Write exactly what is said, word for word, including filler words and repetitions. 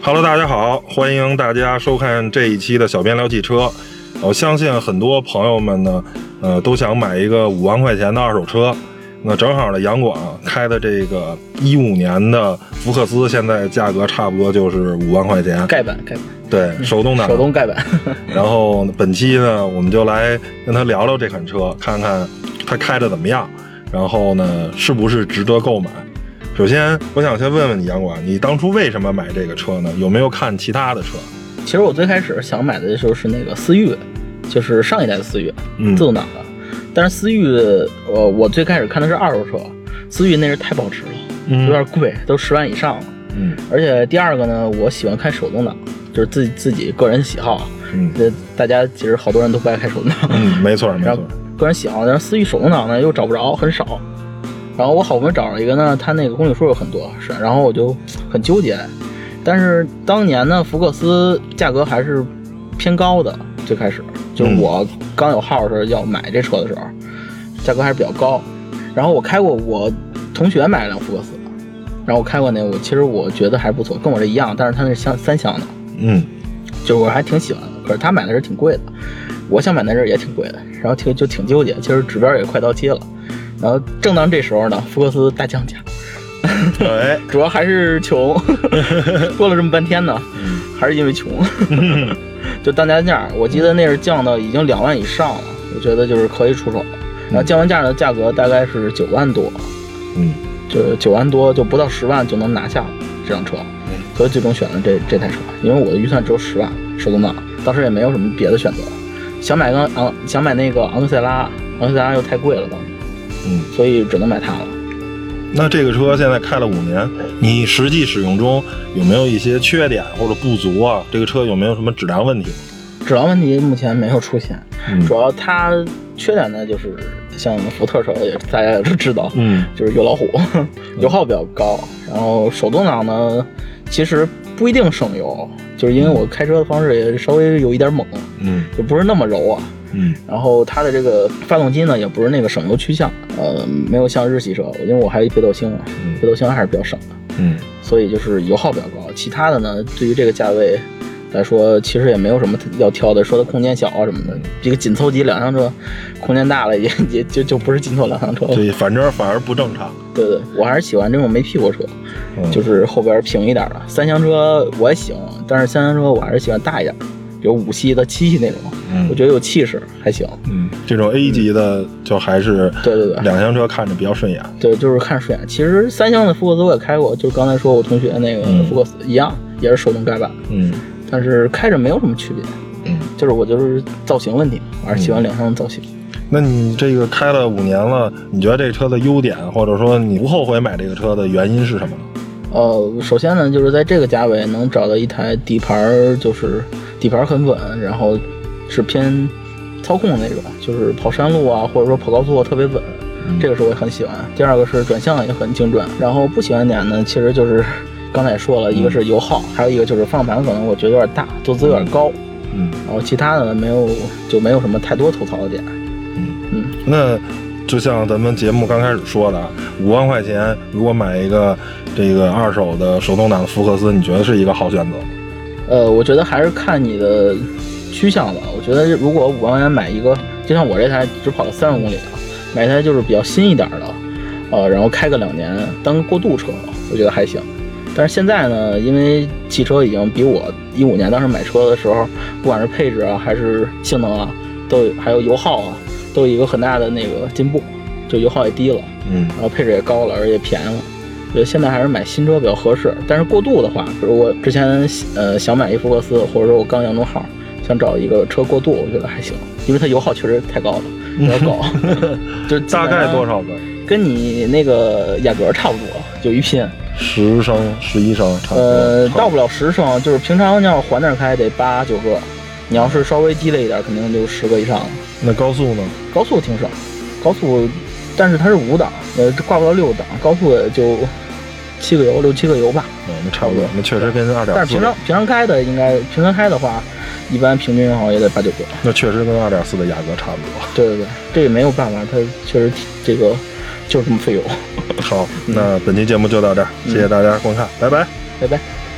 Hello， 大家好，欢迎大家收看这一期的小编聊汽车。我相信很多朋友们呢，呃，都想买一个五万块钱的二手车。那正好呢，杨广开的这个一五年的福克斯，现在价格差不多就是五万块钱。 盖板，盖板。 对，手动挡， 手动盖板。 然后本期呢，我们就来跟他聊聊这款车，看看他开的怎么样，然后呢，是不是值得购买。首先，我想先问问你，杨广，你当初为什么买这个车呢？有没有看其他的车？ 其实我最开始想买的时候是那个思域，就是上一代的思域， 嗯， 自动挡的。但是思域，呃，我最开始看的是二手车，思域那是太保值了， 嗯、 有点贵，都十万以上了。 嗯， 而且第二个呢，我喜欢开手动挡，就是自己自己个人喜好。 嗯， 大家其实好多人都不爱开手动挡。 嗯，没错没错。 个人喜好，但是思域手动挡呢又找不着，很少。然后我好不容易找了一个呢，它那个公里数有很多，是，然后我就很纠结。但是当年呢，福克斯价格还是偏高的，最开始就是我刚有号的时候要买这车的时候，价格还是比较高。然后我开过，我同学买了辆福克斯，然后我开过那个，我其实我觉得还不错，跟我这一样，但是它那是箱三厢的， 嗯， 就是我还挺喜欢的。可是他买的是挺贵的，我想买那阵也挺贵的，然后挺就挺纠结，其实指标也快到期了。然后正当这时候呢，福克斯大降价， 哎， 主要还是穷，说了这么半天呢，还是因为穷，就当家价，我记得那是降到已经两万以上了，我觉得就是可以出手了。然后降完价的价格大概是九万多， 嗯， 就九万多就不到十万就能拿下了这辆车，所以最终选了这这台车，因为我的预算只有十万，手动挡，当时也没有什么别的选择，想买个昂想买那个昂克赛拉，昂克赛拉又太贵了当时。 嗯， 所以只能买它了。 那这个车现在开了五年，你实际使用中有没有一些缺点或者不足啊？这个车有没有什么质量问题？ 质量问题目前没有出现， 嗯、 主要它缺点呢就是像福特车也大家也都知道， 嗯， 就是油老虎，油耗比较高。然后手动挡呢，其实不一定省油，就是因为我开车的方式也稍微有一点猛， 嗯， 就不是那么柔啊。 嗯， 然后它的这个发动机呢，也不是那个省油趋向，呃，没有像日系车，因为我还有一北斗星啊， 嗯、 北斗星还是比较省的， 嗯， 所以就是油耗比较高。其他的呢，对于这个价位来说，其实也没有什么要挑的，说的空间小啊什么的，这个紧凑级两厢车，空间大了也也就就不是紧凑两厢车了， 对，反正反而不正常。 对对，我还是喜欢这种没屁股车， 嗯、 就是后边平一点的。三厢车我也行，但是三厢车我还是喜欢大一点，比如五系的、七系那种。 嗯， 我觉得有气势还行。 嗯，这种 A 级的就还是对对对， 两厢车看着比较顺眼。 对，就是看顺眼。其实三厢的福克斯我也开过，就是刚才说我同学那个福克斯、嗯、一样，也是手动盖板。 嗯， 但是开着没有什么区别。 嗯， 就是我就是造型问题，我还是喜欢两厢的造型。 嗯、那你这个开了五年了，你觉得这车的优点，或者说你不后悔买这个车的原因是什么呢？ 呃，首先呢，就是在这个价位能找到一台底盘，就是底盘很稳，然后是偏操控的那种，就是跑山路啊，或者说跑高速特别稳， 嗯、 这个是我很喜欢。第二个是转向也很精准，然后不喜欢点呢，其实就是刚才也说了，一个是油耗，还有一个就是方向盘可能我觉得有点大，坐姿有点高， 嗯， 然后其他的没有就没有什么太多吐槽的点。 嗯嗯，那就像咱们节目刚开始说的，五万块钱如果买一个这个二手的手动挡的福克斯，你觉得是一个好选择吗？ 呃，我觉得还是看你的趋向吧。我觉得如果五万块钱买一个，就像我这台只跑了三十公里啊，买一台就是比较新一点的，呃，然后开个两年当个过渡车，我觉得还行。但是现在呢，因为汽车已经比我一五年当时买车的时候，不管是配置啊，还是性能啊，都有还有油耗啊，都有一个很大的那个进步，就油耗也低了， 嗯， 然后配置也高了，而且便宜了。我觉得现在还是买新车比较合适。但是过渡的话，比如我之前呃想买一福克斯，或者说我刚养中号，想找一个车过渡，我觉得还行，因为它油耗确实太高了，比较高，就大概多少个？ 跟你那个雅阁差不多，就一拼。 十升、十一升，差不多。 呃，到不了十升，就是平常你要缓点开得八九个，你要是稍微低了一点，肯定就十个以上了。 那高速呢？ 高速挺少，高速，但是它是五档，呃，挂不到六档，高速也就七个油，六七个油吧。 嗯，那差不多，那确实跟二点四。 但是平常平常开的应该平常开的话，一般平均好像也得八九个。 那确实跟二点四的雅阁差不多。 对对对，这也没有办法，它确实这个就是这么费油。 好，那本期节目就到这儿，谢谢大家观看，拜拜， 拜拜。